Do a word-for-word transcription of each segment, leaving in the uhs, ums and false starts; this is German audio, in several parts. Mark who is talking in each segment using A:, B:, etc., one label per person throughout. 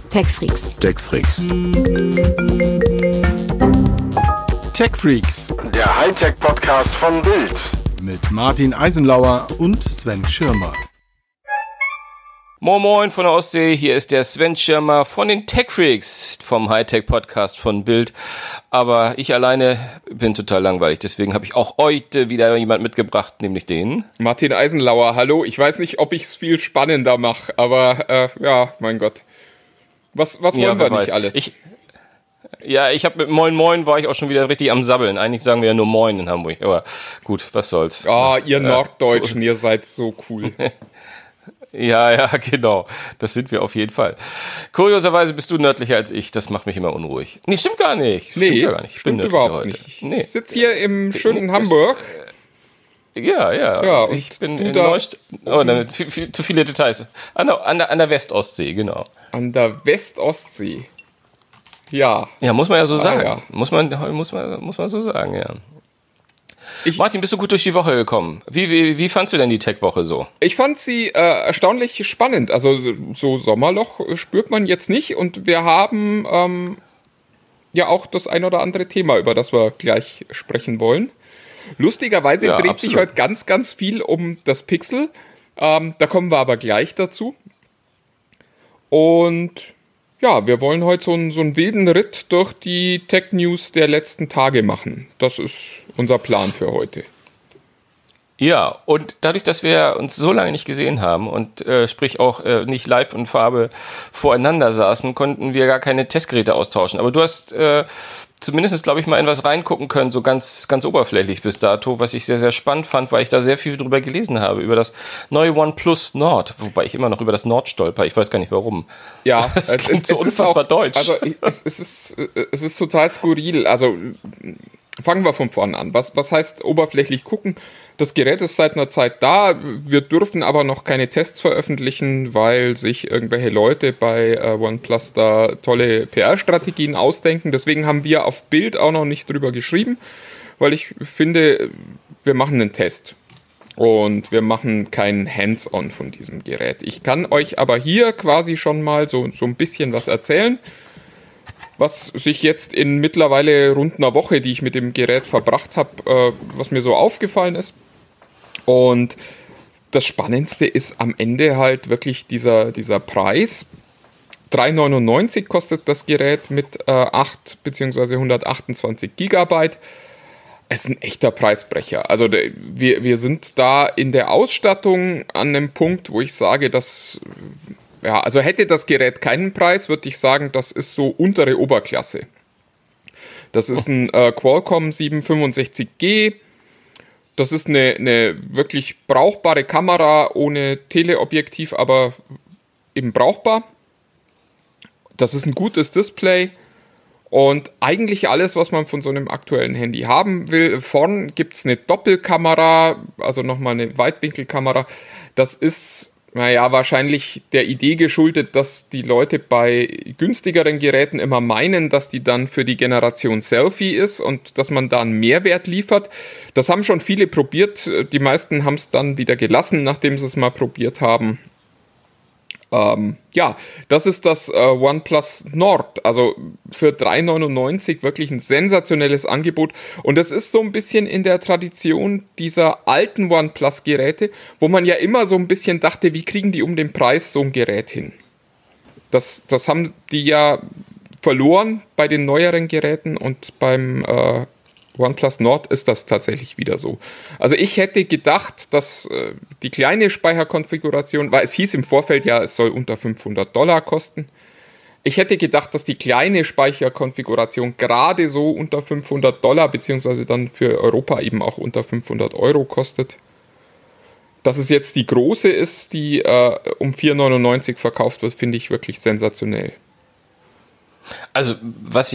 A: TechFreaks.
B: TechFreaks. TechFreaks.
C: Der Hightech-Podcast von Bild.
B: Mit Martin Eisenlauer und Sven Schirmer.
D: Moin Moin von der Ostsee, hier ist der Sven Schirmer von den TechFreaks vom Hightech-Podcast von Bild. Aber ich alleine bin total langweilig, deswegen habe ich auch heute wieder jemand mitgebracht, nämlich den
E: Martin Eisenlauer. Hallo, ich weiß nicht, ob ich es viel spannender mache, aber äh, ja, mein Gott. Was, was wollen
D: ja,
E: wir
D: weiß.
E: nicht alles?
D: Ich, ja, ich habe mit Moin Moin war ich auch schon wieder richtig am Sabbeln. Eigentlich sagen wir ja nur Moin in Hamburg, aber gut, was soll's.
E: Ah, ihr
D: äh,
E: Norddeutschen,
D: so.
E: Ihr seid so cool.
D: Ja, ja, genau. Das sind wir auf jeden Fall. Kurioserweise bist du nördlicher als ich. Das macht mich immer unruhig. Nee, stimmt gar nicht. Stimmt
E: Nee,
D: ja gar nicht. Ich bin
E: stimmt
D: nördlicher
E: überhaupt
D: heute.
E: nicht. Ich
D: Nee.
E: sitze hier im schönen
D: Nee,
E: Hamburg.
D: Das, ja, ja.
E: Ja,
D: ich
E: und
D: bin
E: du
D: in
E: da-
D: Neustadt. Oh, damit, viel, viel, zu viele Details. An der, an der, an der Westostsee, genau.
E: An der Westostsee. Ja.
D: Ja, muss man ja so
E: Ah,
D: sagen.
E: ja.
D: Muss man, muss man, muss man so sagen, ja.
E: Ich-
D: Martin, bist du gut durch die Woche gekommen? Wie, wie, wie fandst du denn die Tech-Woche so?
E: Ich fand sie äh, erstaunlich spannend. Also so Sommerloch spürt man jetzt nicht. Und wir haben ähm, ja auch das ein oder andere Thema, über das wir gleich sprechen wollen. Lustigerweise
D: Ja,
E: dreht
D: absolut.
E: sich heute ganz, ganz viel um das Pixel. Ähm, da kommen wir aber gleich dazu. Und ja, wir wollen heute so einen, so einen wilden Ritt durch die Tech-News der letzten Tage machen. Das ist unser Plan für heute.
D: Ja, und dadurch, dass wir uns so lange nicht gesehen haben und äh, sprich auch äh, nicht live und Farbe voreinander saßen, konnten wir gar keine Testgeräte austauschen. Aber du hast äh, zumindest, glaube ich, mal in was reingucken können, so ganz ganz oberflächlich bis dato, was ich sehr, sehr spannend fand, weil ich da sehr viel drüber gelesen habe, über das neue OnePlus Nord, wobei ich immer noch über das Nord stolper, ich weiß gar nicht warum.
E: Ja,
D: das klingt so
E: ist
D: unfassbar
E: auch,
D: deutsch.
E: Also es, es, ist, es ist total skurril. Also fangen wir von vorne an. Was, was heißt oberflächlich gucken? Das Gerät ist seit einer Zeit da. Wir dürfen aber noch keine Tests veröffentlichen, weil sich irgendwelche Leute bei äh, OnePlus da tolle P R-Strategien ausdenken. Deswegen haben wir auf Bild auch noch nicht drüber geschrieben, weil ich finde, wir machen einen Test. Und wir machen kein Hands-on von diesem Gerät. Ich kann euch aber hier quasi schon mal so, so ein bisschen was erzählen, was sich jetzt in mittlerweile rund einer Woche, die ich mit dem Gerät verbracht habe, äh, was mir so aufgefallen ist. Und das Spannendste ist am Ende halt wirklich dieser, dieser Preis. drei neunundneunzig kostet das Gerät mit äh, acht bzw. hundertachtundzwanzig Gigabyte. Es ist ein echter Preisbrecher. Also der, wir, wir sind da in der Ausstattung an einem Punkt, wo ich sage, dass, ja, also hätte das Gerät keinen Preis, würde ich sagen, das ist so untere Oberklasse. Das ist ein äh, Qualcomm sieben fünfundsechzig G. Das ist eine, eine wirklich brauchbare Kamera ohne Teleobjektiv, aber eben brauchbar. Das ist ein gutes Display. Und eigentlich alles, was man von so einem aktuellen Handy haben will. Vorn gibt es eine Doppelkamera, also nochmal eine Weitwinkelkamera. Das ist, naja, wahrscheinlich der Idee geschuldet, dass die Leute bei günstigeren Geräten immer meinen, dass die dann für die Generation Selfie ist und dass man da einen Mehrwert liefert. Das haben schon viele probiert. Die meisten haben es dann wieder gelassen, nachdem sie es mal probiert haben. Ähm, ja, das ist das äh, OnePlus Nord, also für drei neunundneunzig wirklich ein sensationelles Angebot und das ist so ein bisschen in der Tradition dieser alten OnePlus-Geräte, wo man ja immer so ein bisschen dachte, wie kriegen die um den Preis so ein Gerät hin? Das, das haben die ja verloren bei den neueren Geräten und beim äh, OnePlus Nord ist das tatsächlich wieder so. Also ich hätte gedacht, dass äh, die kleine Speicherkonfiguration, weil es hieß im Vorfeld ja, es soll unter fünfhundert Dollar kosten. Ich hätte gedacht, dass die kleine Speicherkonfiguration gerade so unter fünfhundert Dollar, beziehungsweise dann für Europa eben auch unter fünfhundert Euro kostet. Dass es jetzt die große ist, die äh, um vier neunundneunzig verkauft wird, finde ich wirklich sensationell.
D: Also, was ich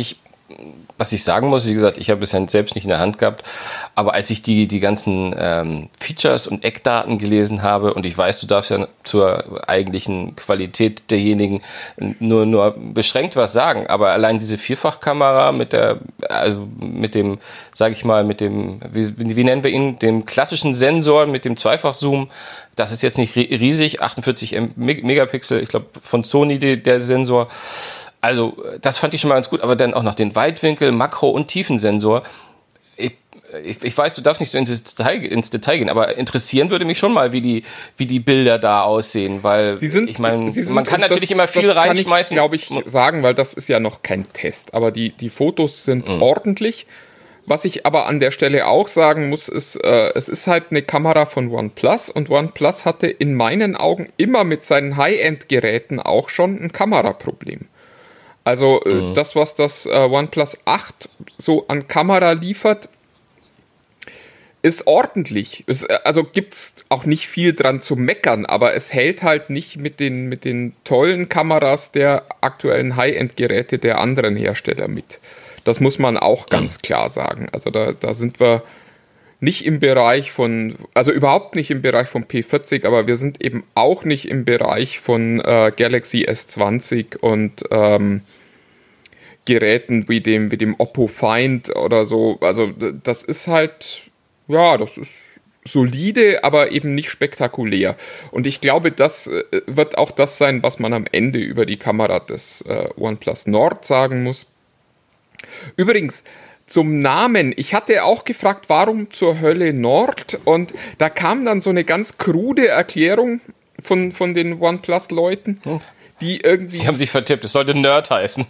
D: was ich sagen muss, wie gesagt, ich habe bisher selbst nicht in der Hand gehabt, aber als ich die, die ganzen ähm, Features und Eckdaten gelesen habe, und ich weiß, du darfst ja zur eigentlichen Qualität derjenigen nur, nur beschränkt was sagen, aber allein diese Vierfachkamera mit der, also mit dem, sage ich mal, mit dem, wie, wie nennen wir ihn, dem klassischen Sensor mit dem Zweifachzoom, das ist jetzt nicht riesig, achtundvierzig Megapixel, ich glaube von Sony die, der Sensor. Also, das fand ich schon mal ganz gut, aber dann auch noch den Weitwinkel-, Makro- und Tiefensensor. Ich, ich, ich weiß, du darfst nicht so ins Detail, ins Detail gehen, aber interessieren würde mich schon mal, wie die, wie die Bilder da aussehen, weil
E: Sie sind,
D: ich meine,
E: Sie sind,
D: man kann natürlich
E: das,
D: immer viel
E: das
D: reinschmeißen.
E: Kann ich, glaube ich, sagen, weil das ist ja noch kein Test, aber die, die Fotos sind mhm. ordentlich. Was ich aber an der Stelle auch sagen muss, ist, äh, es ist halt eine Kamera von OnePlus und OnePlus hatte in meinen Augen immer mit seinen High-End-Geräten auch schon ein Kameraproblem. Also äh, mhm. das, was das äh, OnePlus acht so an Kamera liefert, ist ordentlich. Es, also gibt es auch nicht viel dran zu meckern, aber es hält halt nicht mit den, mit den tollen Kameras der aktuellen High-End-Geräte der anderen Hersteller mit. Das muss man auch ganz mhm. klar sagen. Also da, da sind wir nicht im Bereich von, also überhaupt nicht im Bereich von P vierzig, aber wir sind eben auch nicht im Bereich von äh, Galaxy S zwanzig und ähm, Geräten wie dem, wie dem Oppo Find oder so. Also das ist halt, ja, das ist solide, aber eben nicht spektakulär. Und ich glaube, das äh, wird auch das sein, was man am Ende über die Kamera des äh, OnePlus Nord sagen muss. Übrigens, zum Namen. Ich hatte auch gefragt, warum zur Hölle Nord? Und da kam dann so eine ganz krude Erklärung von, von den OnePlus-Leuten, die irgendwie...
D: Sie haben sich vertippt, es sollte Nerd heißen.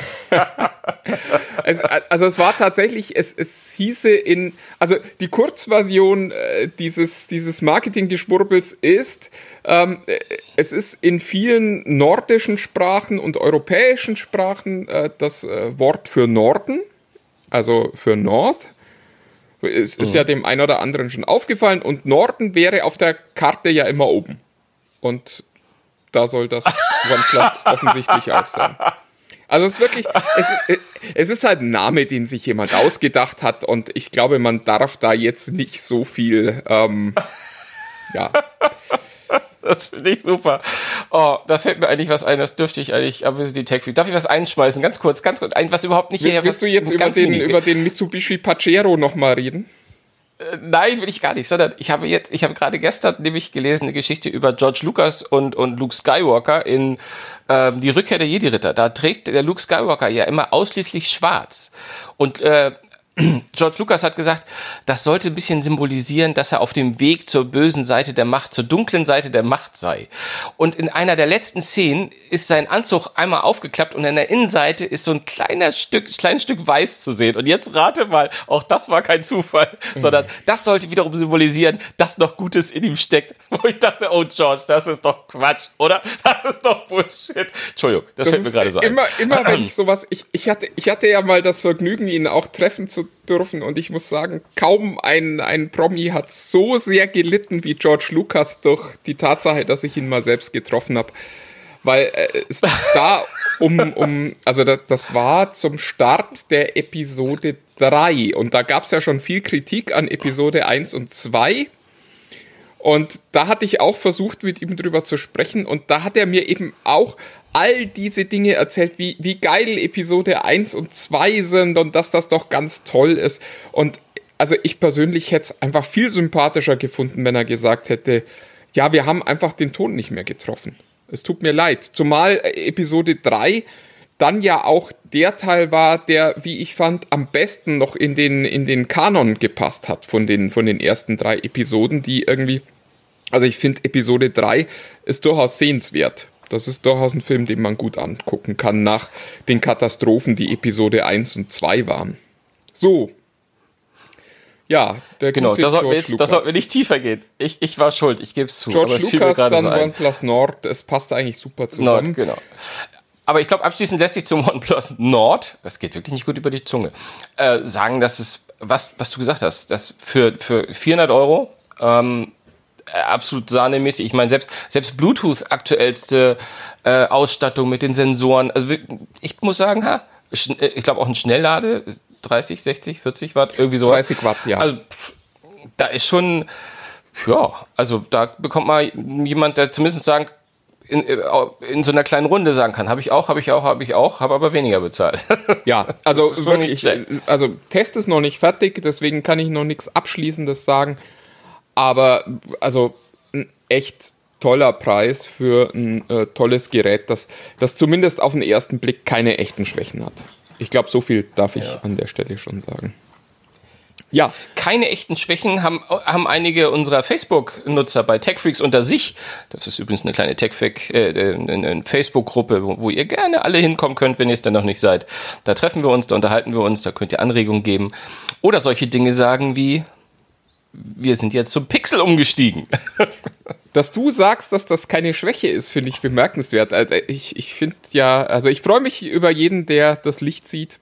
E: es, also es war tatsächlich, es, es hieße in... Also die Kurzversion äh, dieses, dieses Marketinggeschwurbels ist, ähm, es ist in vielen nordischen Sprachen und europäischen Sprachen äh, das äh, Wort für Norden, also für North. Es ist mhm. ja dem einen oder anderen schon aufgefallen und Norden wäre auf der Karte ja immer oben. Und da soll das OnePlus offensichtlich auch sein. Also es ist wirklich, es, es ist halt ein Name, den sich jemand ausgedacht hat und ich glaube, man darf da jetzt nicht so viel, ähm, ja...
D: Das finde ich super. Oh, da fällt mir eigentlich was ein, das dürfte ich eigentlich, aber die Tech Darf ich was einschmeißen? Ganz kurz, ganz kurz, ein, was überhaupt nicht hierher...
E: Willst du jetzt über den, über den Mitsubishi Pajero nochmal reden?
D: Äh, nein, will ich gar nicht, sondern ich habe jetzt, ich habe gerade gestern nämlich gelesen, eine Geschichte über George Lucas und, und Luke Skywalker in ähm, Die Rückkehr der Jedi-Ritter. Da trägt der Luke Skywalker ja immer ausschließlich schwarz. Und äh, George Lucas hat gesagt, das sollte ein bisschen symbolisieren, dass er auf dem Weg zur bösen Seite der Macht, zur dunklen Seite der Macht sei. Und in einer der letzten Szenen ist sein Anzug einmal aufgeklappt und an der Innenseite ist so ein kleiner Stück, kleines Stück Weiß zu sehen. Und jetzt rate mal, auch das war kein Zufall, mhm. sondern das sollte wiederum symbolisieren, dass noch Gutes in ihm steckt. Wo ich dachte, oh George, das ist doch Quatsch, oder? Das ist doch Bullshit. Entschuldigung, das, das fällt mir gerade so
E: immer,
D: ein.
E: Immer wenn ich sowas, ich, ich, hatte, ich hatte ja mal das Vergnügen, ihn auch treffen zu dürfen und ich muss sagen, kaum ein, ein Promi hat so sehr gelitten wie George Lucas durch die Tatsache, dass ich ihn mal selbst getroffen habe, weil äh, es da um, um also das, das war zum Start der Episode drei und da gab es ja schon viel Kritik an Episode eins und zwei und da hatte ich auch versucht, mit ihm drüber zu sprechen und da hat er mir eben auch all diese Dinge erzählt, wie, wie geil Episode eins und zwei sind und dass das doch ganz toll ist. Und also ich persönlich hätte es einfach viel sympathischer gefunden, wenn er gesagt hätte, ja, wir haben einfach den Ton nicht mehr getroffen. Es tut mir leid. Zumal Episode drei dann ja auch der Teil war, der, wie ich fand, am besten noch in den, in den Kanon gepasst hat von den, von den ersten drei Episoden, die irgendwie, also ich finde Episode drei ist durchaus sehenswert. Das ist durchaus ein Film, den man gut angucken kann, nach den Katastrophen, die Episode eins und zwei waren. So. Ja, der
D: genau,
E: gute
D: da sollten wir
E: George
D: jetzt, da sollten wir nicht tiefer gehen. Ich, ich war schuld, ich gebe es zu.
E: George
D: aber es
E: Lucas,
D: fiel mir
E: dann
D: so
E: OnePlus Nord, es passt eigentlich super zusammen.
D: Nord, genau. Aber ich glaube, abschließend lässt sich zum OnePlus Nord, das geht wirklich nicht gut über die Zunge, äh, sagen, dass es, was, was du gesagt hast, dass für, für vierhundert Euro, ähm, absolut sahnemäßig. Ich meine, selbst, selbst Bluetooth aktuellste äh, Ausstattung mit den Sensoren. Also ich muss sagen, ha, Ich glaube auch ein Schnelllade, dreißig, sechzig, vierzig Watt, irgendwie sowas.
E: dreißig Watt, ja.
D: Also da ist schon, ja, also da bekommt mal jemand, der zumindest sagen, in, in so einer kleinen Runde sagen kann, habe ich auch, habe ich auch, habe ich auch, habe aber weniger bezahlt.
E: Ja, also wirklich, also Test ist noch nicht fertig, deswegen kann ich noch nichts Abschließendes sagen, aber also ein echt toller Preis für ein äh, tolles Gerät, das, das zumindest auf den ersten Blick keine echten Schwächen hat. Ich glaube, so viel darf ich ja. an der Stelle schon sagen. Ja.
D: Keine echten Schwächen haben, haben einige unserer Facebook-Nutzer bei TechFreaks unter sich. Das ist übrigens eine kleine TechFreak, äh, eine Facebook-Gruppe, wo, wo ihr gerne alle hinkommen könnt, wenn ihr es dann noch nicht seid. Da treffen wir uns, da unterhalten wir uns, da könnt ihr Anregungen geben. Oder solche Dinge sagen wie, wir sind jetzt zum Pixel umgestiegen.
E: Dass du sagst, dass das keine Schwäche ist, finde ich bemerkenswert. Also ich ich finde ja, also ich freue mich über jeden, der das Licht sieht.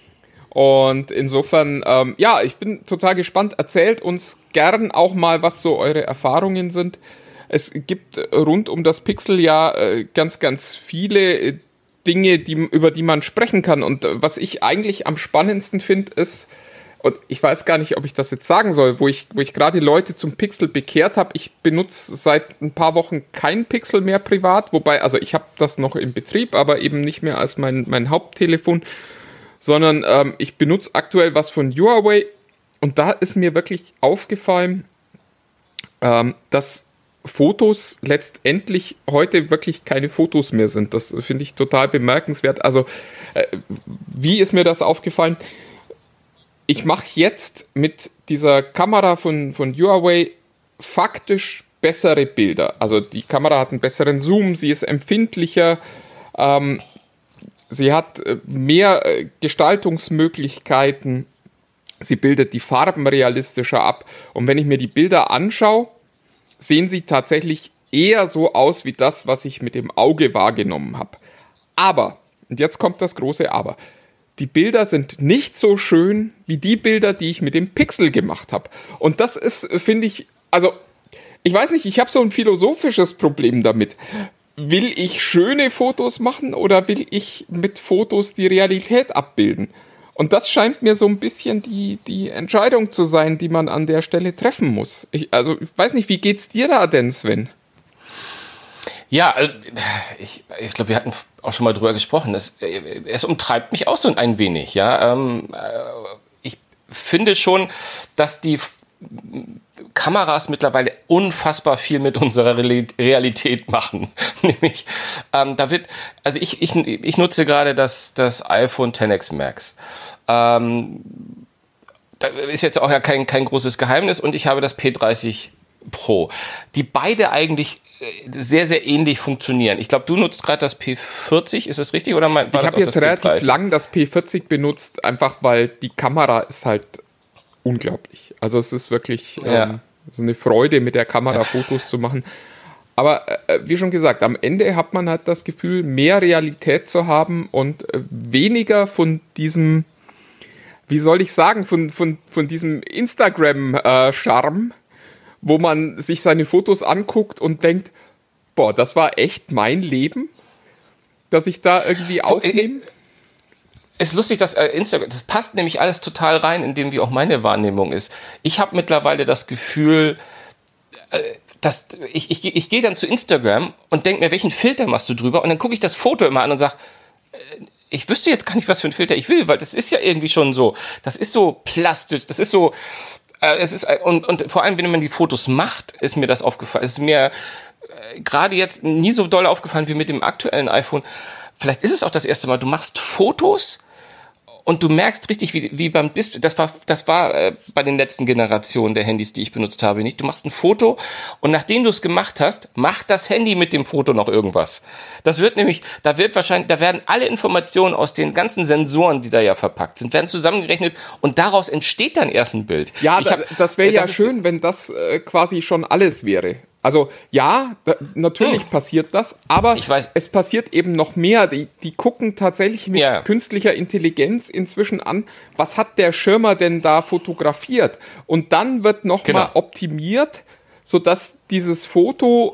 E: Und insofern, ähm, ja, ich bin total gespannt. Erzählt uns gern auch mal, was so eure Erfahrungen sind. Es gibt rund um das Pixel ja äh, ganz, ganz viele äh, Dinge, die, über die man sprechen kann. Und äh, was ich eigentlich am spannendsten finde, ist, und ich weiß gar nicht, ob ich das jetzt sagen soll, wo ich, wo ich gerade die Leute zum Pixel bekehrt habe. Ich benutze seit ein paar Wochen kein Pixel mehr privat, wobei, also ich habe das noch im Betrieb, aber eben nicht mehr als mein, mein Haupttelefon, sondern ähm, ich benutze aktuell was von Huawei und da ist mir wirklich aufgefallen, ähm, dass Fotos letztendlich heute wirklich keine Fotos mehr sind. Das finde ich total bemerkenswert. Also, äh, wie ist mir das aufgefallen? Ich mache jetzt mit dieser Kamera von, von Huawei faktisch bessere Bilder. Also die Kamera hat einen besseren Zoom, sie ist empfindlicher, ähm, sie hat mehr äh, Gestaltungsmöglichkeiten, sie bildet die Farben realistischer ab. Und wenn ich mir die Bilder anschaue, sehen sie tatsächlich eher so aus wie das, was ich mit dem Auge wahrgenommen habe. Aber, und jetzt kommt das große Aber, die Bilder sind nicht so schön wie die Bilder, die ich mit dem Pixel gemacht habe. Und das ist, finde ich, also, ich weiß nicht, ich habe so ein philosophisches Problem damit. Will ich schöne Fotos machen oder will ich mit Fotos die Realität abbilden? Und das scheint mir so ein bisschen die, die Entscheidung zu sein, die man an der Stelle treffen muss. Ich, also, ich weiß nicht, wie geht's dir da denn, Sven?
D: Ja, ich, ich glaube, wir hatten auch schon mal drüber gesprochen. Es, es umtreibt mich auch so ein wenig. Ja, ich finde schon, dass die Kameras mittlerweile unfassbar viel mit unserer Realität machen. Nämlich, ähm, da wird, also ich, ich, ich nutze gerade das, das iPhone X S Max. Ähm, da ist jetzt auch ja kein, kein großes Geheimnis und ich habe das P dreißig Pro, die beide eigentlich sehr, sehr ähnlich funktionieren. Ich glaube, du nutzt gerade das P vierzig, ist das richtig? Oder war
E: ich habe jetzt relativ lang das P vierzig benutzt, einfach weil die Kamera ist halt unglaublich. Also es ist wirklich
D: ja.
E: ähm, so eine Freude, mit der Kamera ja. Fotos zu machen. Aber äh, wie schon gesagt, am Ende hat man halt das Gefühl, mehr Realität zu haben und äh, weniger von diesem, wie soll ich sagen, von, von, von diesem Instagram-Charme, äh, wo man sich seine Fotos anguckt und denkt, boah, das war echt mein Leben, dass ich da irgendwie aufnehme.
D: Es ist lustig, dass äh, Instagram, das passt nämlich alles total rein, in dem wie auch meine Wahrnehmung ist. Ich habe mittlerweile das Gefühl, äh, dass ich, ich, ich gehe dann zu Instagram und denke mir, welchen Filter machst du drüber? Und dann gucke ich das Foto immer an und sage, äh, ich wüsste jetzt gar nicht, was für ein Filter ich will, weil das ist ja irgendwie schon so, das ist so plastisch, das ist so, Es ist, und, und vor allem, wenn man die Fotos macht, ist mir das aufgefallen. Es ist mir äh, gerade jetzt nie so doll aufgefallen wie mit dem aktuellen iPhone. Vielleicht ist es auch das erste Mal, du machst Fotos und du merkst richtig, wie, wie beim Display, das war, das war äh, bei den letzten Generationen der Handys, die ich benutzt habe, nicht. Du machst ein Foto und nachdem du es gemacht hast, macht das Handy mit dem Foto noch irgendwas. Das wird nämlich, da wird wahrscheinlich, da werden alle Informationen aus den ganzen Sensoren, die da ja verpackt sind, werden zusammengerechnet und daraus entsteht dann erst ein Bild.
E: Ja, ich hab, das wäre ja schön, wenn das äh, quasi schon alles wäre. Also ja, da, natürlich hm. passiert das, aber
D: ich weiß.
E: es passiert eben noch mehr. Die, die gucken tatsächlich mit ja. künstlicher Intelligenz inzwischen an, was hat der Schirmer denn da fotografiert? Und dann wird nochmal
D: genau.
E: optimiert, sodass dieses Foto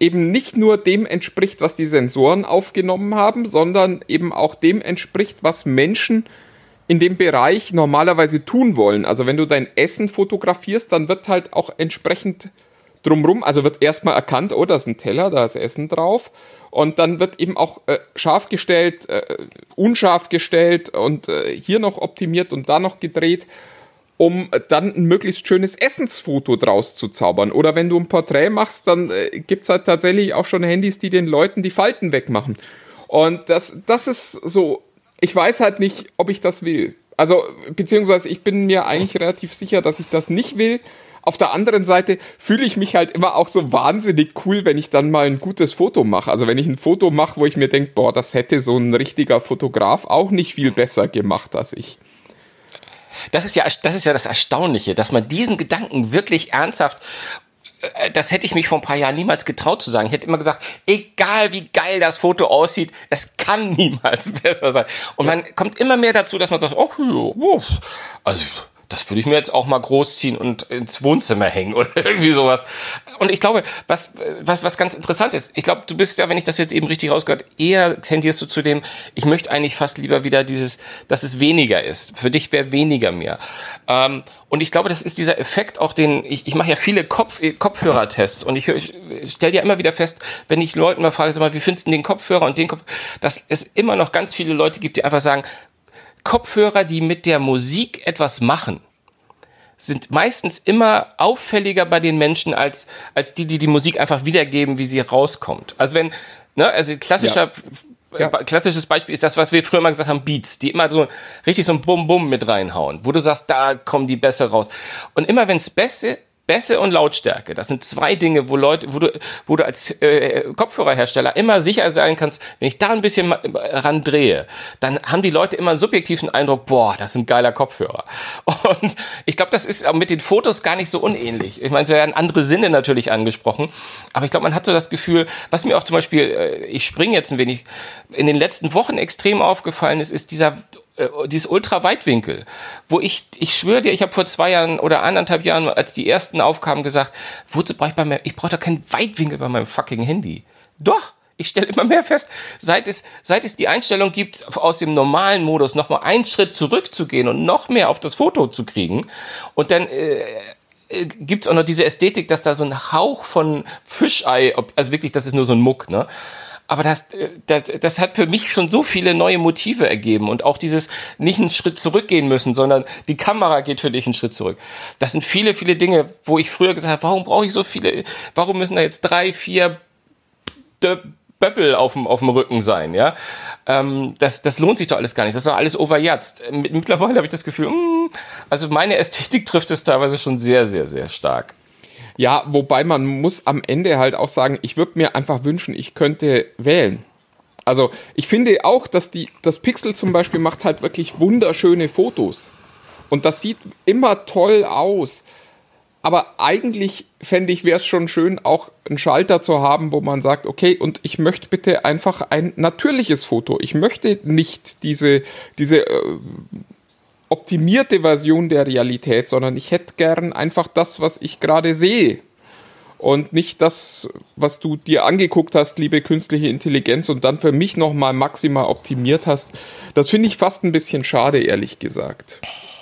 E: eben nicht nur dem entspricht, was die Sensoren aufgenommen haben, sondern eben auch dem entspricht, was Menschen in dem Bereich normalerweise tun wollen. Also wenn du dein Essen fotografierst, dann wird halt auch entsprechend drumrum, also wird erstmal erkannt, oh, da ist ein Teller, da ist Essen drauf. Und dann wird eben auch äh, scharf gestellt, äh, unscharf gestellt und äh, hier noch optimiert und da noch gedreht, um dann ein möglichst schönes Essensfoto draus zu zaubern. Oder wenn du ein Porträt machst, dann äh, gibt es halt tatsächlich auch schon Handys, die den Leuten die Falten wegmachen. Und das, das ist so, ich weiß halt nicht, ob ich das will. Also, beziehungsweise ich bin mir eigentlich relativ sicher, dass ich das nicht will. Auf der anderen Seite fühle ich mich halt immer auch so wahnsinnig cool, wenn ich dann mal ein gutes Foto mache. Also wenn ich ein Foto mache, wo ich mir denke, boah, das hätte so ein richtiger Fotograf auch nicht viel besser gemacht als ich.
D: Das ist ja, das ist ja das Erstaunliche, dass man diesen Gedanken wirklich ernsthaft, das hätte ich mich vor ein paar Jahren niemals getraut zu sagen. Ich hätte immer gesagt, egal wie geil das Foto aussieht, es kann niemals besser sein. Und man kommt immer mehr dazu, dass man sagt, oh, also das würde ich mir jetzt auch mal großziehen und ins Wohnzimmer hängen oder irgendwie sowas. Und ich glaube, was, was, was ganz interessant ist, ich glaube, du bist ja, wenn ich das jetzt eben richtig rausgehört, eher tendierst du zu dem, ich möchte eigentlich fast lieber wieder dieses, dass es weniger ist. Für dich wäre weniger mehr. Ähm, und ich glaube, das ist dieser Effekt auch, den, ich, ich mache ja viele Kopf, Kopfhörertests und ich, ich stelle ja immer wieder fest, wenn ich Leuten mal frage, sag mal, wie findest du den Kopfhörer und den Kopf, dass es immer noch ganz viele Leute gibt, die einfach sagen, Kopfhörer, die mit der Musik etwas machen, sind meistens immer auffälliger bei den Menschen als, als die, die die Musik einfach wiedergeben, wie sie rauskommt. Also wenn, ne, also klassischer, ja. Ja. klassisches Beispiel ist das, was wir früher mal gesagt haben, Beats, die immer so richtig so ein Bum-Bum mit reinhauen, wo du sagst, da kommen die besser raus. Und immer wenn es Bässe, Bässe und Lautstärke, das sind zwei Dinge, wo Leute, wo du, wo du als äh, Kopfhörerhersteller immer sicher sein kannst, wenn ich da ein bisschen ran drehe, dann haben die Leute immer einen subjektiven Eindruck, boah, das ist ein geiler Kopfhörer. Und ich glaube, das ist mit den Fotos gar nicht so unähnlich. Ich meine, es werden andere Sinne natürlich angesprochen, aber ich glaube, man hat so das Gefühl, was mir auch zum Beispiel, ich springe jetzt ein wenig, in den letzten Wochen extrem aufgefallen ist, ist dieser dieses Ultraweitwinkel, wo ich, ich schwöre dir, ich habe vor zwei Jahren oder anderthalb Jahren, als die ersten aufkamen, gesagt, wozu brauche ich bei mir, ich brauche doch keinen Weitwinkel bei meinem fucking Handy. Doch, ich stelle immer mehr fest, seit es, seit es die Einstellung gibt, aus dem normalen Modus nochmal einen Schritt zurückzugehen und noch mehr auf das Foto zu kriegen und dann äh, gibt es auch noch diese Ästhetik, dass da so ein Hauch von Fischei, also wirklich, das ist nur so ein Muck, ne? Aber das, das, das hat für mich schon so viele neue Motive ergeben und auch dieses nicht einen Schritt zurückgehen müssen, sondern die Kamera geht für dich einen Schritt zurück. Das sind viele, viele Dinge, wo ich früher gesagt habe, warum brauche ich so viele, warum müssen da jetzt drei, vier Böppel auf dem, auf dem Rücken sein, ja? Ähm, das, das lohnt sich doch alles gar nicht, das ist doch alles overjatzt. Mittlerweile habe ich das Gefühl, mh, also meine Ästhetik trifft es teilweise schon sehr, sehr, sehr stark.
E: Ja, wobei man muss am Ende halt auch sagen, ich würde mir einfach wünschen, ich könnte wählen. Also ich finde auch, dass die, das Pixel zum Beispiel macht halt wirklich wunderschöne Fotos. Und das sieht immer toll aus. Aber eigentlich fände ich, wäre es schon schön, auch einen Schalter zu haben, wo man sagt, okay, und ich möchte bitte einfach ein natürliches Foto. Ich möchte nicht diese, diese äh, optimierte Version der Realität, sondern ich hätte gern einfach das, was ich gerade sehe und nicht das, was du dir angeguckt hast, liebe künstliche Intelligenz, und dann für mich nochmal maximal optimiert hast. Das finde ich fast ein bisschen schade, ehrlich gesagt.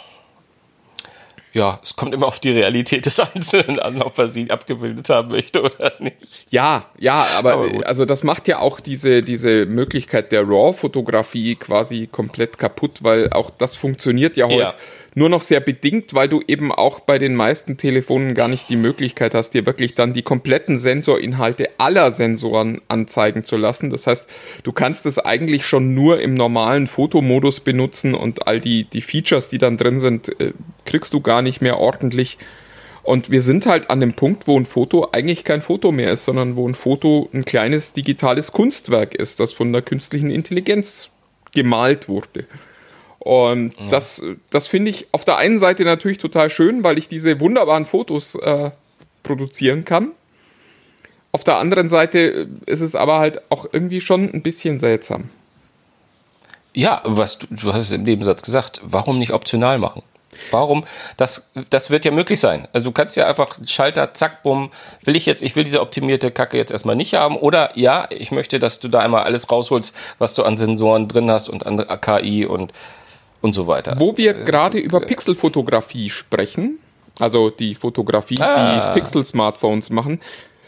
D: Ja, es kommt immer auf die Realität des Einzelnen an, ob er sie abgebildet haben möchte oder nicht.
E: Ja, ja, aber, aber also das macht ja auch diese, diese Möglichkeit der RAW-Fotografie quasi komplett kaputt, weil auch das funktioniert ja heute ja. nur noch sehr bedingt, weil du eben auch bei den meisten Telefonen gar nicht die Möglichkeit hast, dir wirklich dann die kompletten Sensorinhalte aller Sensoren anzeigen zu lassen. Das heißt, du kannst es eigentlich schon nur im normalen Fotomodus benutzen und all die, die Features, die dann drin sind, äh, kriegst du gar nicht mehr ordentlich. Und wir sind halt an dem Punkt, wo ein Foto eigentlich kein Foto mehr ist, sondern wo ein Foto ein kleines digitales Kunstwerk ist, das von der künstlichen Intelligenz gemalt wurde. Und ja. das, das finde ich auf der einen Seite natürlich total schön, weil ich diese wunderbaren Fotos äh, produzieren kann. Auf der anderen Seite ist es aber halt auch irgendwie schon ein bisschen seltsam.
D: Ja, was du, du hast es im Nebensatz gesagt, warum nicht optional machen? Warum? Das, das wird ja möglich sein. Also du kannst ja einfach Schalter, zack, bumm, will ich jetzt, ich will diese optimierte Kacke jetzt erstmal nicht haben oder ja, ich möchte, dass du da einmal alles rausholst, was du an Sensoren drin hast und an K I und, und so weiter.
E: Wo wir äh, gerade äh, über Pixelfotografie sprechen, also die Fotografie, ah. die Pixel-Smartphones machen.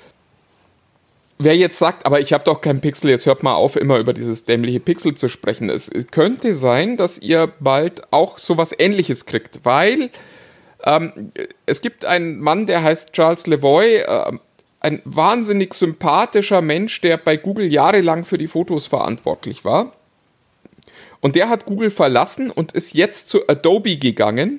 E: Wer jetzt sagt, aber ich habe doch kein Pixel, jetzt hört mal auf, immer über dieses dämliche Pixel zu sprechen. Es könnte sein, dass ihr bald auch sowas Ähnliches kriegt, weil ähm, es gibt einen Mann, der heißt Charles Levoy, äh, ein wahnsinnig sympathischer Mensch, der bei Google jahrelang für die Fotos verantwortlich war. Und der hat Google verlassen und ist jetzt zu Adobe gegangen,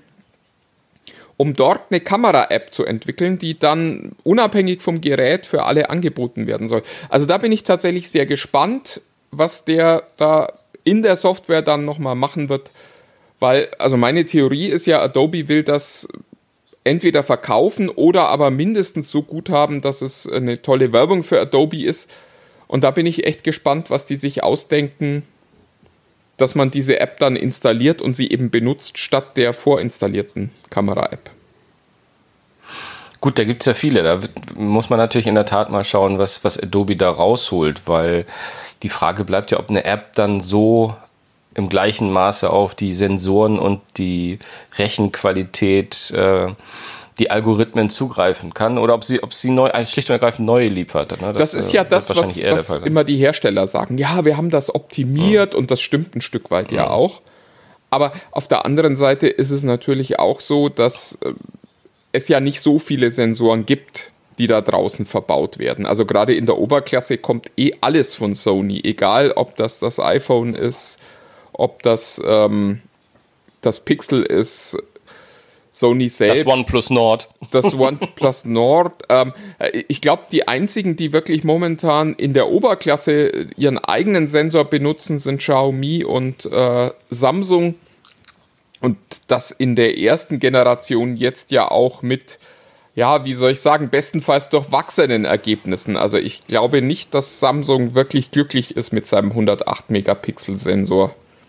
E: um dort eine Kamera-App zu entwickeln, die dann unabhängig vom Gerät für alle angeboten werden soll. Also da bin ich tatsächlich sehr gespannt, was der da in der Software dann nochmal machen wird, weil, also meine Theorie ist ja, Adobe will das entweder verkaufen oder aber mindestens so gut haben, dass es eine tolle Werbung für Adobe ist. Und da bin ich echt gespannt, was die sich ausdenken, dass man diese App dann installiert und sie eben benutzt, statt der vorinstallierten Kamera-App.
D: Gut, da gibt es ja viele. Da muss man natürlich in der Tat mal schauen, was, was Adobe da rausholt, weil die Frage bleibt ja, ob eine App dann so im gleichen Maße auf die Sensoren und die Rechenqualität, äh, die Algorithmen zugreifen kann oder ob sie, ob sie neu, schlicht und ergreifend neue liefert. Ne? Das,
E: das ist ja das, was, was immer die Hersteller sagen. Ja, wir haben das optimiert mhm. und das stimmt ein Stück weit mhm. ja auch. Aber auf der anderen Seite ist es natürlich auch so, dass äh, es ja nicht so viele Sensoren gibt, die da draußen verbaut werden. Also gerade in der Oberklasse kommt eh alles von Sony, egal ob das das iPhone ist, ob das ähm, das Pixel ist, Sony selbst.
D: Das OnePlus Nord.
E: Das OnePlus Nord. Ähm, ich glaube, die einzigen, die wirklich momentan in der Oberklasse ihren eigenen Sensor benutzen, sind Xiaomi und äh, Samsung. Und das in der ersten Generation jetzt ja auch mit, ja, wie soll ich sagen, bestenfalls durchwachsenen Ergebnissen. Also ich glaube nicht, dass Samsung wirklich glücklich ist mit seinem hundertacht Megapixel Sensor.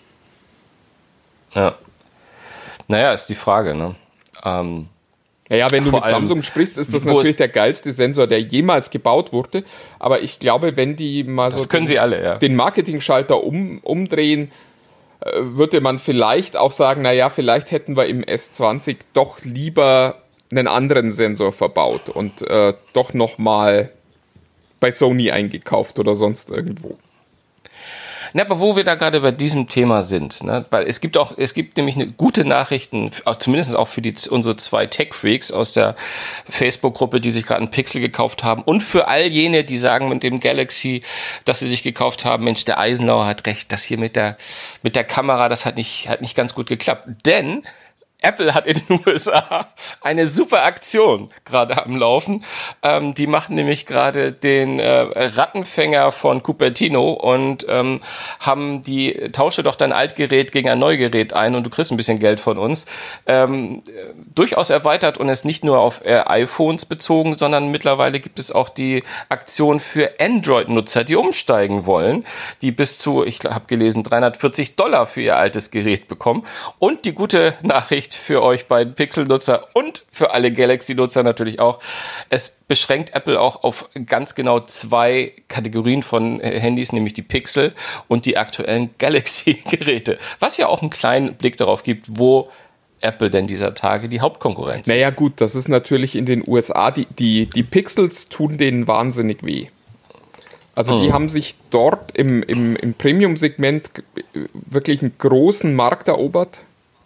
D: Ja. Naja, ist die Frage, ne? Ähm,
E: naja, wenn du mit Samsung sprichst, ist das natürlich der geilste Sensor, der jemals gebaut wurde. Aber ich glaube, wenn die mal so
D: können
E: den,
D: sie alle, ja.
E: den Marketing-Schalter um, umdrehen, äh, würde man vielleicht auch sagen, naja, vielleicht hätten wir im S zwanzig doch lieber einen anderen Sensor verbaut und äh, doch nochmal bei Sony eingekauft oder sonst irgendwo.
D: Na, aber wo wir da gerade bei diesem Thema sind, ne? Weil es gibt auch, es gibt nämlich eine gute Nachrichten, auch, zumindest auch für die, unsere zwei Tech-Freaks aus der Facebook-Gruppe, die sich gerade einen Pixel gekauft haben und für all jene, die sagen mit dem Galaxy, dass sie sich gekauft haben, Mensch, der Eisenhower hat recht, das hier mit der, mit der Kamera, das hat nicht, hat nicht ganz gut geklappt, denn Apple hat in den U S A eine super Aktion gerade am Laufen. Ähm, die machen nämlich gerade den äh, Rattenfänger von Cupertino und ähm, haben die, tausche doch dein Altgerät gegen ein Neugerät ein und du kriegst ein bisschen Geld von uns. Ähm, durchaus erweitert und es nicht nur auf äh, iPhones bezogen, sondern mittlerweile gibt es auch die Aktion für Android-Nutzer, die umsteigen wollen, die bis zu, ich habe gelesen, dreihundertvierzig Dollar für ihr altes Gerät bekommen. Und die gute Nachricht für euch beiden Pixel-Nutzer und für alle Galaxy-Nutzer natürlich auch. Es beschränkt Apple auch auf ganz genau zwei Kategorien von Handys, nämlich die Pixel und die aktuellen Galaxy-Geräte. Was ja auch einen kleinen Blick darauf gibt, wo Apple denn dieser Tage die Hauptkonkurrenz.
E: Naja gut, das ist natürlich in den U S A, die, die, die Pixels tun denen wahnsinnig weh. Also die hm. haben sich dort im, im, im Premium-Segment wirklich einen großen Markt erobert.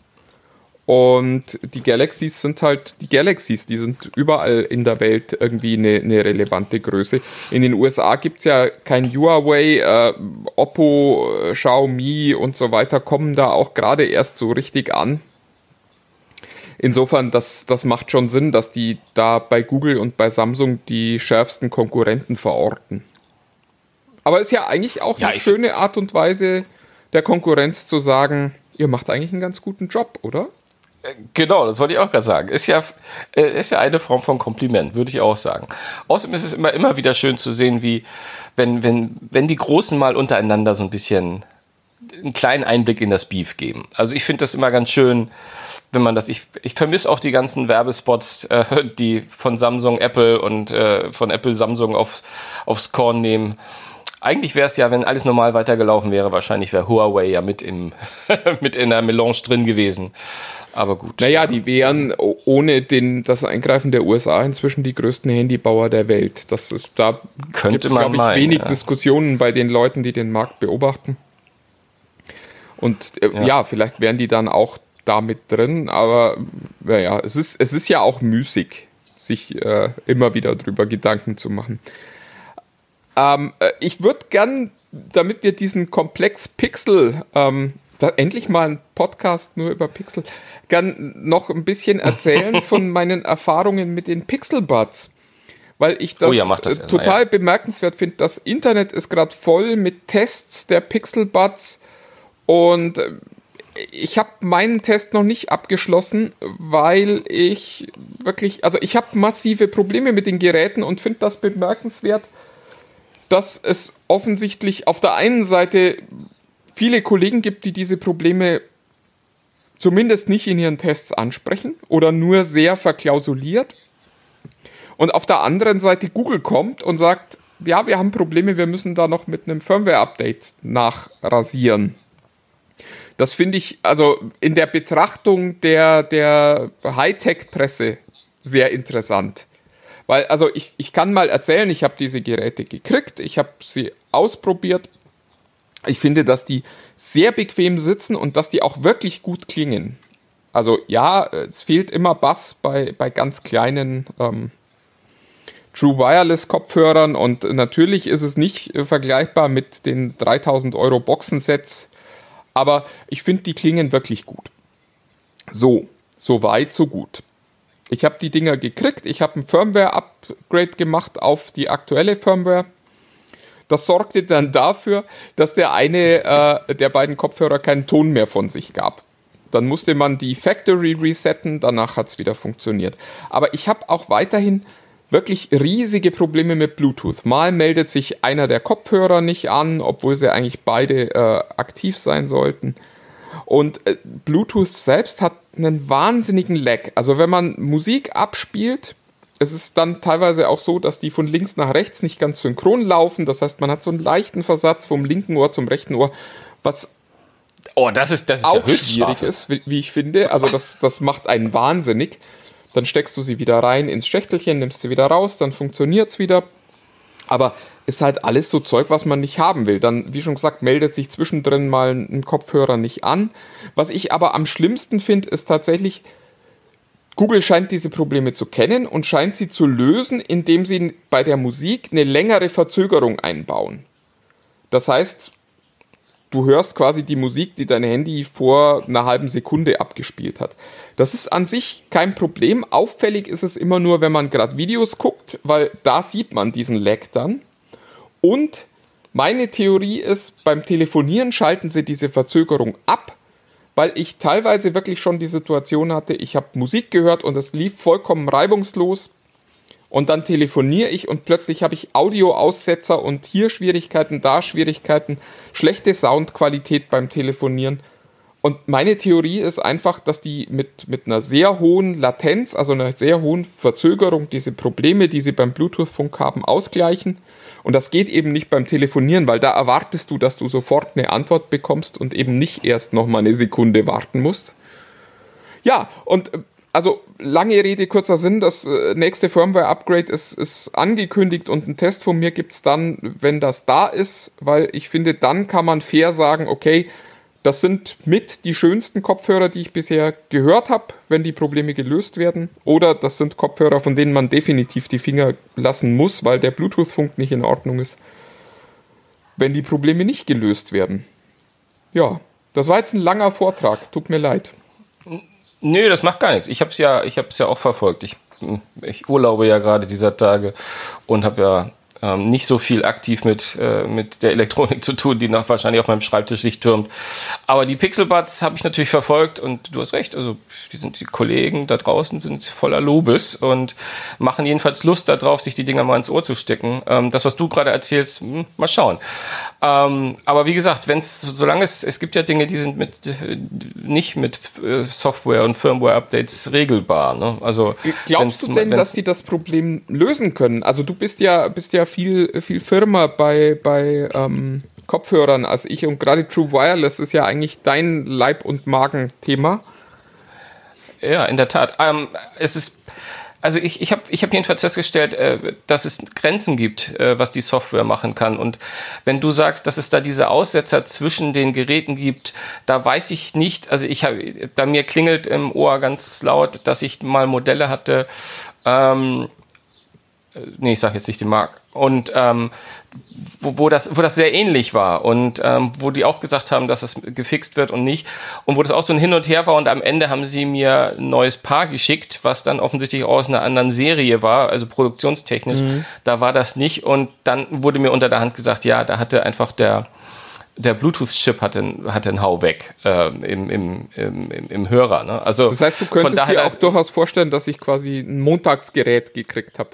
E: Und die Galaxies sind halt die Galaxies, die sind überall in der Welt irgendwie eine, eine relevante Größe. In den U S A gibt es ja kein Huawei, äh, Oppo, äh, Xiaomi und so weiter, kommen da auch gerade erst so richtig an. Insofern, das, das macht schon Sinn, dass die da bei Google und bei Samsung die schärfsten Konkurrenten verorten. Aber ist ja eigentlich auch ja, eine schöne Art und Weise der Konkurrenz zu sagen, ihr macht eigentlich einen ganz guten Job, oder?
D: Genau, das wollte ich auch gerade sagen. Ist ja, ist ja eine Form von Kompliment, würde ich auch sagen. Außerdem ist es immer, immer wieder schön zu sehen, wie, wenn, wenn, wenn die Großen mal untereinander so ein bisschen einen kleinen Einblick in das Beef geben. Also ich finde das immer ganz schön, wenn man das, ich, ich vermisse auch die ganzen Werbespots, äh, die von Samsung, Apple und äh, von Apple, Samsung auf, aufs Korn nehmen. Eigentlich wäre es ja, wenn alles normal weitergelaufen wäre, wahrscheinlich wäre Huawei ja mit, im, mit in der Melange drin gewesen. Aber gut.
E: Naja, die wären ohne den, das Eingreifen der U S A inzwischen die größten Handybauer der Welt. Das ist, da
D: könnte
E: gibt's,
D: man
E: glaube ich,
D: meinen,
E: wenig
D: ja.
E: Diskussionen bei den Leuten, die den Markt beobachten. Und äh, ja. ja, vielleicht wären die dann auch damit drin, aber naja, es ist, es ist ja auch müßig, sich äh, immer wieder drüber Gedanken zu machen. Ähm, äh, ich würde gern, damit wir diesen Komplex Pixel, ähm, da endlich mal ein Podcast nur über Pixel, gern noch ein bisschen erzählen von meinen Erfahrungen mit den Pixel Buds. Weil ich das,
D: oh ja, mach das
E: äh, total
D: ja.
E: bemerkenswert finde. Das Internet ist gerade voll mit Tests der Pixel Buds und äh, ich habe meinen Test noch nicht abgeschlossen, weil ich wirklich, also ich habe massive Probleme mit den Geräten und finde das bemerkenswert, dass es offensichtlich auf der einen Seite viele Kollegen gibt, die diese Probleme zumindest nicht in ihren Tests ansprechen oder nur sehr verklausuliert. Und auf der anderen Seite Google kommt und sagt, ja, wir haben Probleme, wir müssen da noch mit einem Firmware-Update nachrasieren. Das finde ich also in der Betrachtung der, der Hightech-Presse sehr interessant. Weil, also ich, ich kann mal erzählen, ich habe diese Geräte gekriegt, ich habe sie ausprobiert. Ich finde, dass die sehr bequem sitzen und dass die auch wirklich gut klingen. Also ja, es fehlt immer Bass bei, bei ganz kleinen ähm, True Wireless Kopfhörern und natürlich ist es nicht äh, vergleichbar mit den dreitausend Euro Boxensets, aber ich finde, die klingen wirklich gut. So, so weit, so gut. Ich habe die Dinger gekriegt, ich habe ein Firmware-Upgrade gemacht auf die aktuelle Firmware. Das sorgte dann dafür, dass der eine äh, der beiden Kopfhörer keinen Ton mehr von sich gab. Dann musste man die Factory resetten, danach hat es wieder funktioniert. Aber ich habe auch weiterhin wirklich riesige Probleme mit Bluetooth. Mal meldet sich einer der Kopfhörer nicht an, obwohl sie eigentlich beide äh, aktiv sein sollten. Und äh, Bluetooth selbst hat einen wahnsinnigen Lag. Also wenn man Musik abspielt, es ist dann teilweise auch so, dass die von links nach rechts nicht ganz synchron laufen. Das heißt, man hat so einen leichten Versatz vom linken Ohr zum rechten Ohr, was
D: oh, das ist, das ist
E: auch
D: ja
E: schwierig ist, wie, wie ich finde. Also das, das macht einen wahnsinnig. Dann steckst du sie wieder rein ins Schächtelchen, nimmst sie wieder raus, dann funktioniert es wieder. Aber ist halt alles so Zeug, was man nicht haben will. Dann, wie schon gesagt, meldet sich zwischendrin mal ein Kopfhörer nicht an. Was ich aber am schlimmsten finde, ist tatsächlich, Google scheint diese Probleme zu kennen und scheint sie zu lösen, indem sie bei der Musik eine längere Verzögerung einbauen. Das heißt, du hörst quasi die Musik, die dein Handy vor einer halben Sekunde abgespielt hat. Das ist an sich kein Problem. Auffällig ist es immer nur, wenn man gerade Videos guckt, weil da sieht man diesen Lag dann. Und meine Theorie ist, beim Telefonieren schalten sie diese Verzögerung ab, weil ich teilweise wirklich schon die Situation hatte, ich habe Musik gehört und es lief vollkommen reibungslos. Und dann telefoniere ich und plötzlich habe ich Audioaussetzer und hier Schwierigkeiten, da Schwierigkeiten, schlechte Soundqualität beim Telefonieren. Und meine Theorie ist einfach, dass die mit, mit einer sehr hohen Latenz, also einer sehr hohen Verzögerung, diese Probleme, die sie beim Bluetooth-Funk haben, ausgleichen. Und das geht eben nicht beim Telefonieren, weil da erwartest du, dass du sofort eine Antwort bekommst und eben nicht erst nochmal eine Sekunde warten musst. Ja, und also lange Rede, kurzer Sinn, das nächste Firmware-Upgrade ist, ist angekündigt und einen Test von mir gibt es dann, wenn das da ist, weil ich finde, dann kann man fair sagen, okay, das sind mit die schönsten Kopfhörer, die ich bisher gehört habe, wenn die Probleme gelöst werden. Oder das sind Kopfhörer, von denen man definitiv die Finger lassen muss, weil der Bluetooth-Funk nicht in Ordnung ist, wenn die Probleme nicht gelöst werden. Ja, das war jetzt ein langer Vortrag, tut mir leid.
D: Nö, das macht gar nichts. Ich habe es ja, ich habe es ja auch verfolgt. Ich, ich urlaube ja gerade dieser Tage und habe ja ähm, nicht so viel aktiv mit, äh, mit der Elektronik zu tun, die noch wahrscheinlich auf meinem Schreibtisch sich türmt. Aber die Pixelbuds habe ich natürlich verfolgt und du hast recht, also die, sind, die Kollegen da draußen sind voller Lobes und machen jedenfalls Lust darauf, sich die Dinger mal ins Ohr zu stecken. Ähm, das, was du gerade erzählst, mh, mal schauen. Ähm, aber wie gesagt, wenn es, solange es, es gibt ja Dinge, die sind mit, äh, nicht mit äh, Software- und Firmware-Updates regelbar. Ne? Also,
E: glaubst du denn, dass die das Problem lösen können? Also du bist ja, bist ja viel, viel firmer bei, bei ähm, Kopfhörern als ich und gerade True Wireless ist ja eigentlich dein Leib- und Magen-Thema.
D: Ja, in der Tat. Ähm, es ist, also ich, ich habe ich hab jedenfalls festgestellt, äh, dass es Grenzen gibt, äh, was die Software machen kann. Und wenn du sagst, dass es da diese Aussetzer zwischen den Geräten gibt, da weiß ich nicht, also ich habe, bei mir klingelt im Ohr ganz laut, dass ich mal Modelle hatte, ähm, nee, ich sage jetzt nicht die Marke, und ähm, wo, wo, das, wo das sehr ähnlich war und ähm, wo die auch gesagt haben, dass es gefixt wird und nicht und wo das auch so ein Hin und Her war und am Ende haben sie mir ein neues Paar geschickt, was dann offensichtlich aus einer anderen Serie war, also produktionstechnisch, mhm. Da war das nicht und dann wurde mir unter der Hand gesagt, ja, da hatte einfach der der Bluetooth-Chip hatte, hatte einen Hau weg äh, im, im, im, im Hörer. Ne? Also
E: das heißt, du könntest
D: von daher
E: dir auch durchaus vorstellen, dass ich quasi ein Montagsgerät gekriegt habe.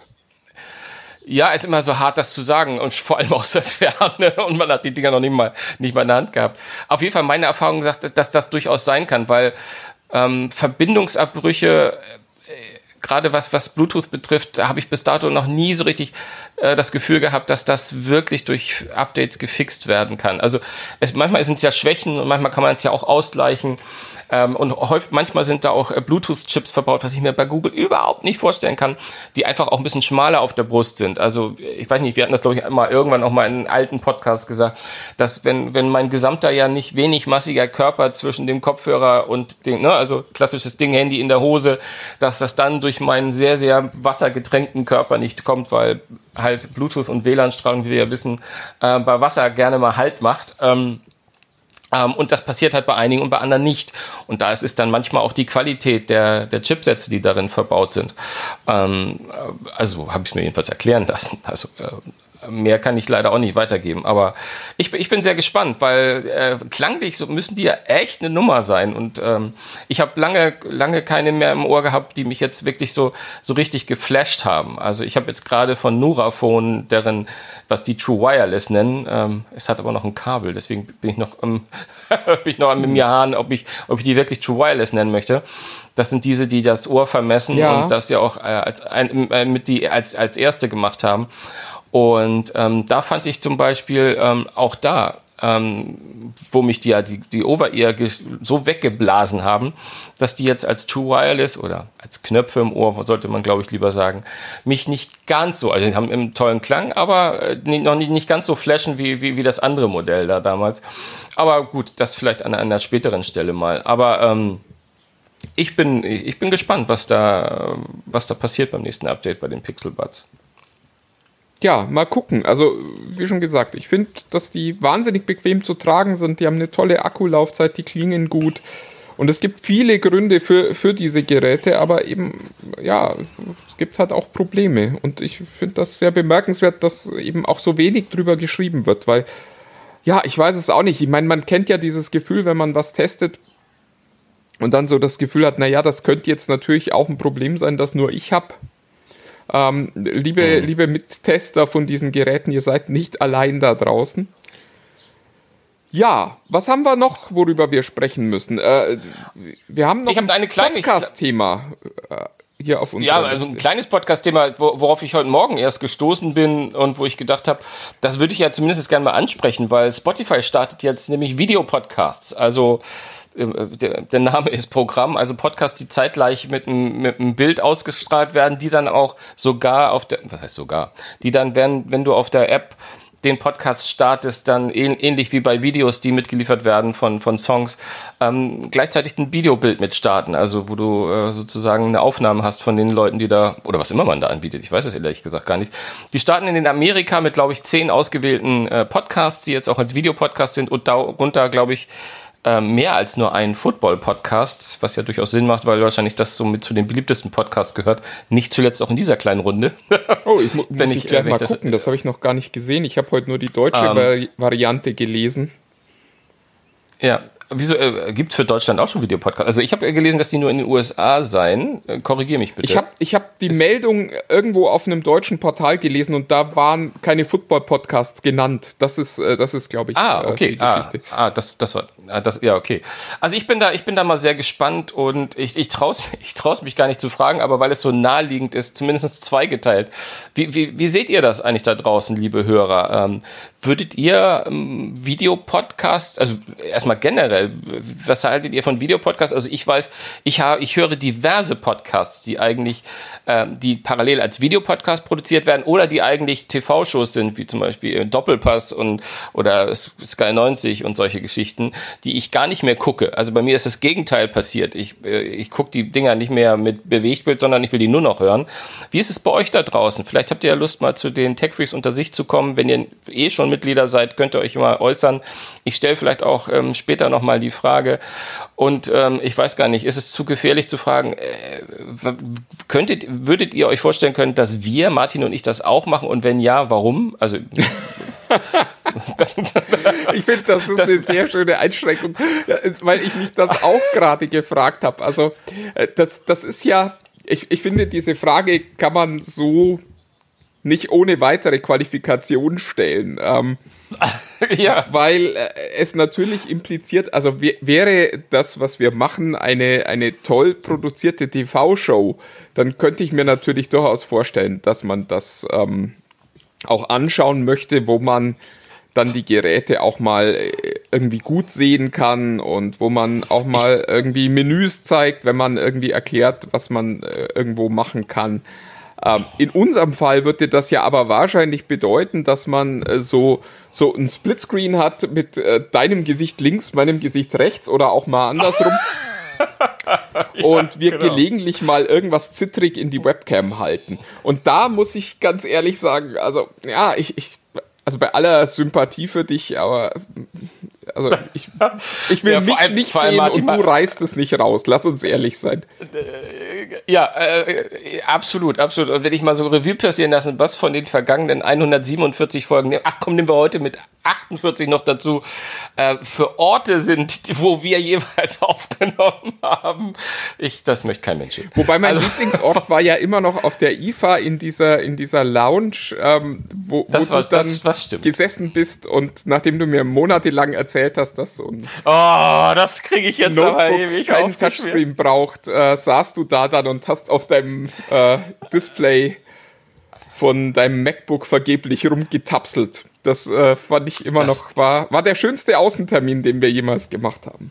D: Ja, ist immer so hart, das zu sagen und vor allem aus der Ferne und man hat die Dinger noch nicht mal, nicht mal in der Hand gehabt. Auf jeden Fall meine Erfahrung sagt, dass das durchaus sein kann, weil ähm, Verbindungsabbrüche, äh, gerade was, was Bluetooth betrifft, habe ich bis dato noch nie so richtig äh, das Gefühl gehabt, dass das wirklich durch Updates gefixt werden kann. Also es, manchmal sind es ja Schwächen und manchmal kann man es ja auch ausgleichen. Ähm, und häufig, manchmal sind da auch äh, Bluetooth-Chips verbaut, was ich mir bei Google überhaupt nicht vorstellen kann, die einfach auch ein bisschen schmaler auf der Brust sind. Also ich weiß nicht, wir hatten das, glaube ich, mal irgendwann auch mal in einem alten Podcast gesagt, dass wenn wenn mein gesamter ja nicht wenig massiger Körper zwischen dem Kopfhörer und dem, ne, also klassisches Ding, Handy in der Hose, dass das dann durch meinen sehr, sehr wassergetränkten Körper nicht kommt, weil halt Bluetooth und W L A N-Strahlung, wie wir ja wissen, äh, bei Wasser gerne mal Halt macht. Ähm, Ähm, und das passiert halt bei einigen und bei anderen nicht. Und da ist es dann manchmal auch die Qualität der, der Chipsätze, die darin verbaut sind. Ähm, also habe ich es mir jedenfalls erklären lassen. Also äh, mehr kann ich leider auch nicht weitergeben. Aber ich, ich bin sehr gespannt, weil äh, klanglich so müssen die ja echt eine Nummer sein. Und ähm, ich habe lange, lange keine mehr im Ohr gehabt, die mich jetzt wirklich so, so richtig geflasht haben. Also ich habe jetzt gerade von Nuraphone, deren, was die True Wireless nennen, ähm, es hat aber noch ein Kabel, deswegen bin ich noch, ähm, bin ich noch am mir haaren, ob ich, ob ich die wirklich True Wireless nennen möchte. Das sind diese, die das Ohr vermessen ja. Und das ja auch äh, als, ein, äh, mit die als, als erste gemacht haben. Und ähm, da fand ich zum Beispiel ähm, auch da, ähm, wo mich die, die, die Over-Ear so weggeblasen haben, dass die jetzt als True Wireless oder als Knöpfe im Ohr, sollte man glaube ich lieber sagen, mich nicht ganz so, also die haben einen tollen Klang, aber äh, noch nicht, nicht ganz so flashen wie, wie, wie das andere Modell da damals. Aber gut, das vielleicht an, an einer späteren Stelle mal. Aber ähm, ich bin, ich bin gespannt, was da, was da passiert beim nächsten Update bei den Pixelbuds.
E: Ja, mal gucken. Also, wie schon gesagt, ich finde, dass die wahnsinnig bequem zu tragen sind. Die haben eine tolle Akkulaufzeit, die klingen gut. Und es gibt viele Gründe für, für diese Geräte, aber eben, ja, es gibt halt auch Probleme. Und ich finde das sehr bemerkenswert, dass eben auch so wenig drüber geschrieben wird, weil, ja, ich weiß es auch nicht. Ich meine, man kennt ja dieses Gefühl, wenn man was testet und dann so das Gefühl hat, naja, das könnte jetzt natürlich auch ein Problem sein, das nur ich habe. Ähm, liebe, mhm. liebe Mittester von diesen Geräten, ihr seid nicht allein da draußen. Ja, was haben wir noch, worüber wir sprechen müssen? Äh, wir haben noch
D: ich hab ein
E: Podcast-Thema äh, hier auf unserer
D: Ja, also ein kleines Podcast-Thema, worauf ich heute Morgen erst gestoßen bin und wo ich gedacht habe, das würde ich ja zumindest gerne mal ansprechen, weil Spotify startet jetzt nämlich Videopodcasts. Also Der, der Name ist Programm, also Podcasts, die zeitgleich mit einem, mit einem Bild ausgestrahlt werden, die dann auch sogar auf der, was heißt sogar, die dann, wenn, wenn du auf der App den Podcast startest, dann ähnlich wie bei Videos, die mitgeliefert werden von, von Songs, ähm, gleichzeitig ein Videobild mitstarten, also wo du äh, sozusagen eine Aufnahme hast von den Leuten, die da, oder was immer man da anbietet, ich weiß es ehrlich gesagt gar nicht. Die starten in Amerika mit, glaube ich, zehn ausgewählten äh, Podcasts, die jetzt auch als Videopodcast sind und darunter, glaube ich, äh, mehr als nur einen Football-Podcast, was ja durchaus Sinn macht, weil wahrscheinlich das so mit zu den beliebtesten Podcasts gehört. Nicht zuletzt auch in dieser kleinen Runde.
E: Oh, ich mu-
D: wenn
E: muss
D: ich
E: ich gleich
D: wenn
E: mal
D: ich das,
E: gucken, das habe ich noch gar nicht gesehen. Ich habe heute nur die deutsche
D: Ähm.
E: Vari- Variante gelesen.
D: Ja, wieso äh, gibt es für Deutschland auch schon Videopodcasts? Also ich habe gelesen, dass die nur in den U S A seien. Äh, Korrigier mich bitte.
E: Ich habe ich hab die
D: Ist-
E: Meldung irgendwo auf einem deutschen Portal gelesen und da waren keine Football-Podcasts genannt. Das ist, äh, das ist, glaube ich,
D: Ah,
E: äh,
D: okay.
E: die
D: Ah,
E: Geschichte.
D: ah, das, das war, ah, das, ja, okay. Also ich bin da, ich bin da mal sehr gespannt und ich, ich traue ich trau's mich gar nicht zu fragen, aber weil es so naheliegend ist, zumindest zweigeteilt. Wie, wie, wie seht ihr das eigentlich da draußen, liebe Hörer? Ähm, würdet ihr ähm, Videopodcasts, also erstmal generell, was haltet ihr von Videopodcasts? Also ich weiß, ich habe, ich höre diverse Podcasts, die eigentlich, ähm, die parallel als Videopodcast produziert werden oder die eigentlich T V-Shows sind, wie zum Beispiel Doppelpass und oder Sky neunzig und solche Geschichten, die ich gar nicht mehr gucke. Also bei mir ist das Gegenteil passiert. Ich, äh, ich gucke die Dinger nicht mehr mit Bewegtbild, sondern ich will die nur noch hören. Wie ist es bei euch da draußen? Vielleicht habt ihr ja Lust, mal zu den Tech-Freaks unter sich zu kommen. Wenn ihr eh schon Mitglieder seid, könnt ihr euch mal äußern. Ich stelle vielleicht auch ähm, später nochmal die Frage. Und ähm, ich weiß gar nicht, ist es zu gefährlich zu fragen, äh, könntet, würdet ihr euch vorstellen können, dass wir, Martin und ich, das auch machen? Und wenn ja, warum? Also
E: Ich finde, das ist
D: Das-
E: eine sehr schöne Einschränkung, ja, weil ich mich das auch gerade gefragt habe. Also äh, das, das ist ja, ich, ich finde, diese Frage kann man so nicht ohne weitere Qualifikation stellen. Ähm,
D: ja.
E: Weil äh, es natürlich impliziert, also w- wäre das, was wir machen, eine, eine toll produzierte T V-Show, dann könnte ich mir natürlich durchaus vorstellen, dass man das ähm, auch anschauen möchte, wo man dann die Geräte auch mal äh, irgendwie gut sehen kann und wo man auch mal irgendwie Menüs zeigt, wenn man irgendwie erklärt, was man äh, irgendwo machen kann. Ähm, in unserem Fall würde das ja aber wahrscheinlich bedeuten, dass man äh, so, so ein Splitscreen hat mit äh, deinem Gesicht links, meinem Gesicht rechts oder auch mal andersrum. Und wir
D: genau.
E: gelegentlich mal irgendwas zittrig in die Webcam halten. Und da muss ich ganz ehrlich sagen, also ja, ich, ich also bei aller Sympathie für dich, aber also ich, ich will
D: Ja, vor
E: mich
D: allem-
E: nicht
D: vor allem,
E: sehen
D: Martin,
E: und du
D: ma-
E: reißt es nicht raus. Lass uns ehrlich sein.
D: Ja, äh, absolut, absolut. Und wenn ich mal so Revue passieren lassen, was von den vergangenen hundertsiebenundvierzig Folgen, ach komm, nehmen wir heute mit achtundvierzig noch dazu, äh, für Orte sind, wo wir jeweils aufgenommen haben. Ich, das möchte kein Mensch hören.
E: Wobei mein
D: Also-
E: Lieblingsort war ja immer noch auf der I F A in dieser, in dieser Lounge, ähm, wo,
D: Das
E: wo
D: war-
E: du dann
D: das- das stimmt.
E: gesessen bist und nachdem du mir monatelang erzählt hast, dass so ein
D: Oh, das kriege ich jetzt aber
E: Notebook
D: ewig
E: keinen
D: aufgeschrieben.
E: Touchscreen braucht, äh, saßt du da dann und hast auf deinem äh, Display von deinem MacBook vergeblich rumgetapselt. Das äh, fand ich immer
D: Das-
E: noch, war, war der schönste Außentermin, den wir jemals gemacht haben.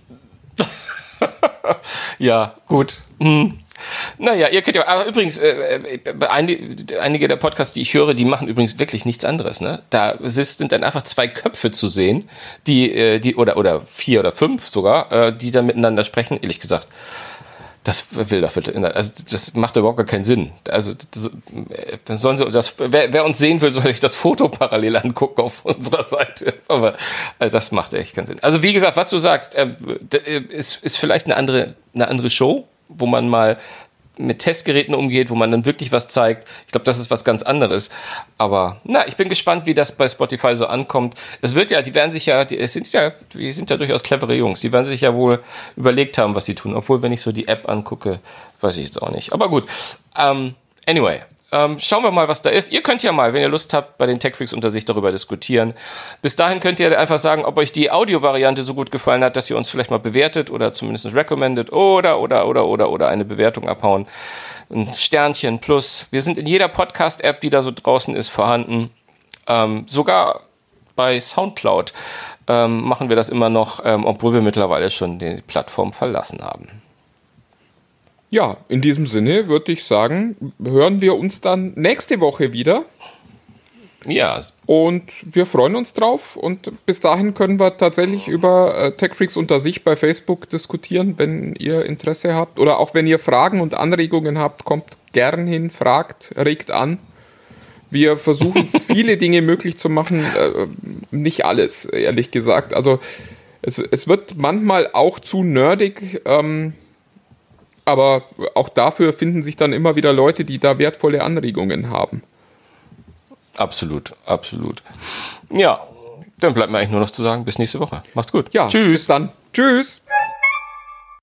D: Ja, gut. Hm. Naja, ihr könnt ja, aber übrigens, äh, äh, einige, einige der Podcasts, die ich höre, die machen übrigens wirklich nichts anderes, ne? Da sind dann einfach zwei Köpfe zu sehen, die, äh, die, oder, oder vier oder fünf sogar, äh, die dann miteinander sprechen, ehrlich gesagt. Das will doch, also das macht überhaupt gar keinen Sinn. Also das, äh, dann sollen sie das, wer, wer uns sehen will, soll sich das Foto parallel angucken auf unserer Seite. Aber äh, das macht echt keinen Sinn. Also wie gesagt, was du sagst, äh, äh, ist, ist vielleicht eine andere, eine andere Show, wo man mal mit Testgeräten umgeht, wo man dann wirklich was zeigt. Ich glaube, das ist was ganz anderes. Aber na, ich bin gespannt, wie das bei Spotify so ankommt. Es wird ja, die werden sich ja, die es sind ja, die sind ja durchaus clevere Jungs. Die werden sich ja wohl überlegt haben, was sie tun. Obwohl, wenn ich so die App angucke, weiß ich jetzt auch nicht. Aber gut. Um, anyway. Ähm, schauen wir mal, was da ist. Ihr könnt ja mal, wenn ihr Lust habt, bei den Tech-Freaks unter sich darüber diskutieren. Bis dahin könnt ihr einfach sagen, ob euch die Audio-Variante so gut gefallen hat, dass ihr uns vielleicht mal bewertet oder zumindest recommended oder, oder, oder, oder, oder eine Bewertung abhauen. Ein Sternchen plus. Wir sind in jeder Podcast-App, die da so draußen ist, vorhanden. Ähm, sogar bei Soundcloud ähm, machen wir das immer noch, ähm, obwohl wir mittlerweile schon die Plattform verlassen haben.
E: Ja, in diesem Sinne würde ich sagen, hören wir uns dann nächste Woche wieder.
D: Ja,
E: Und wir freuen uns drauf. Und bis dahin können wir tatsächlich über äh, TechFreaks unter sich bei Facebook diskutieren, wenn ihr Interesse habt. Oder auch wenn ihr Fragen und Anregungen habt, kommt gern hin, fragt, regt an. Wir versuchen viele Dinge möglich zu machen. Äh, nicht alles, ehrlich gesagt. Also es, es wird manchmal auch zu nerdig, ähm, aber auch dafür finden sich dann immer wieder Leute, die da wertvolle Anregungen haben.
D: Absolut, absolut. Ja, dann bleibt mir eigentlich nur noch zu sagen, bis nächste Woche. Macht's gut.
E: Ja,
D: Tschüss.
E: bis dann. Tschüss.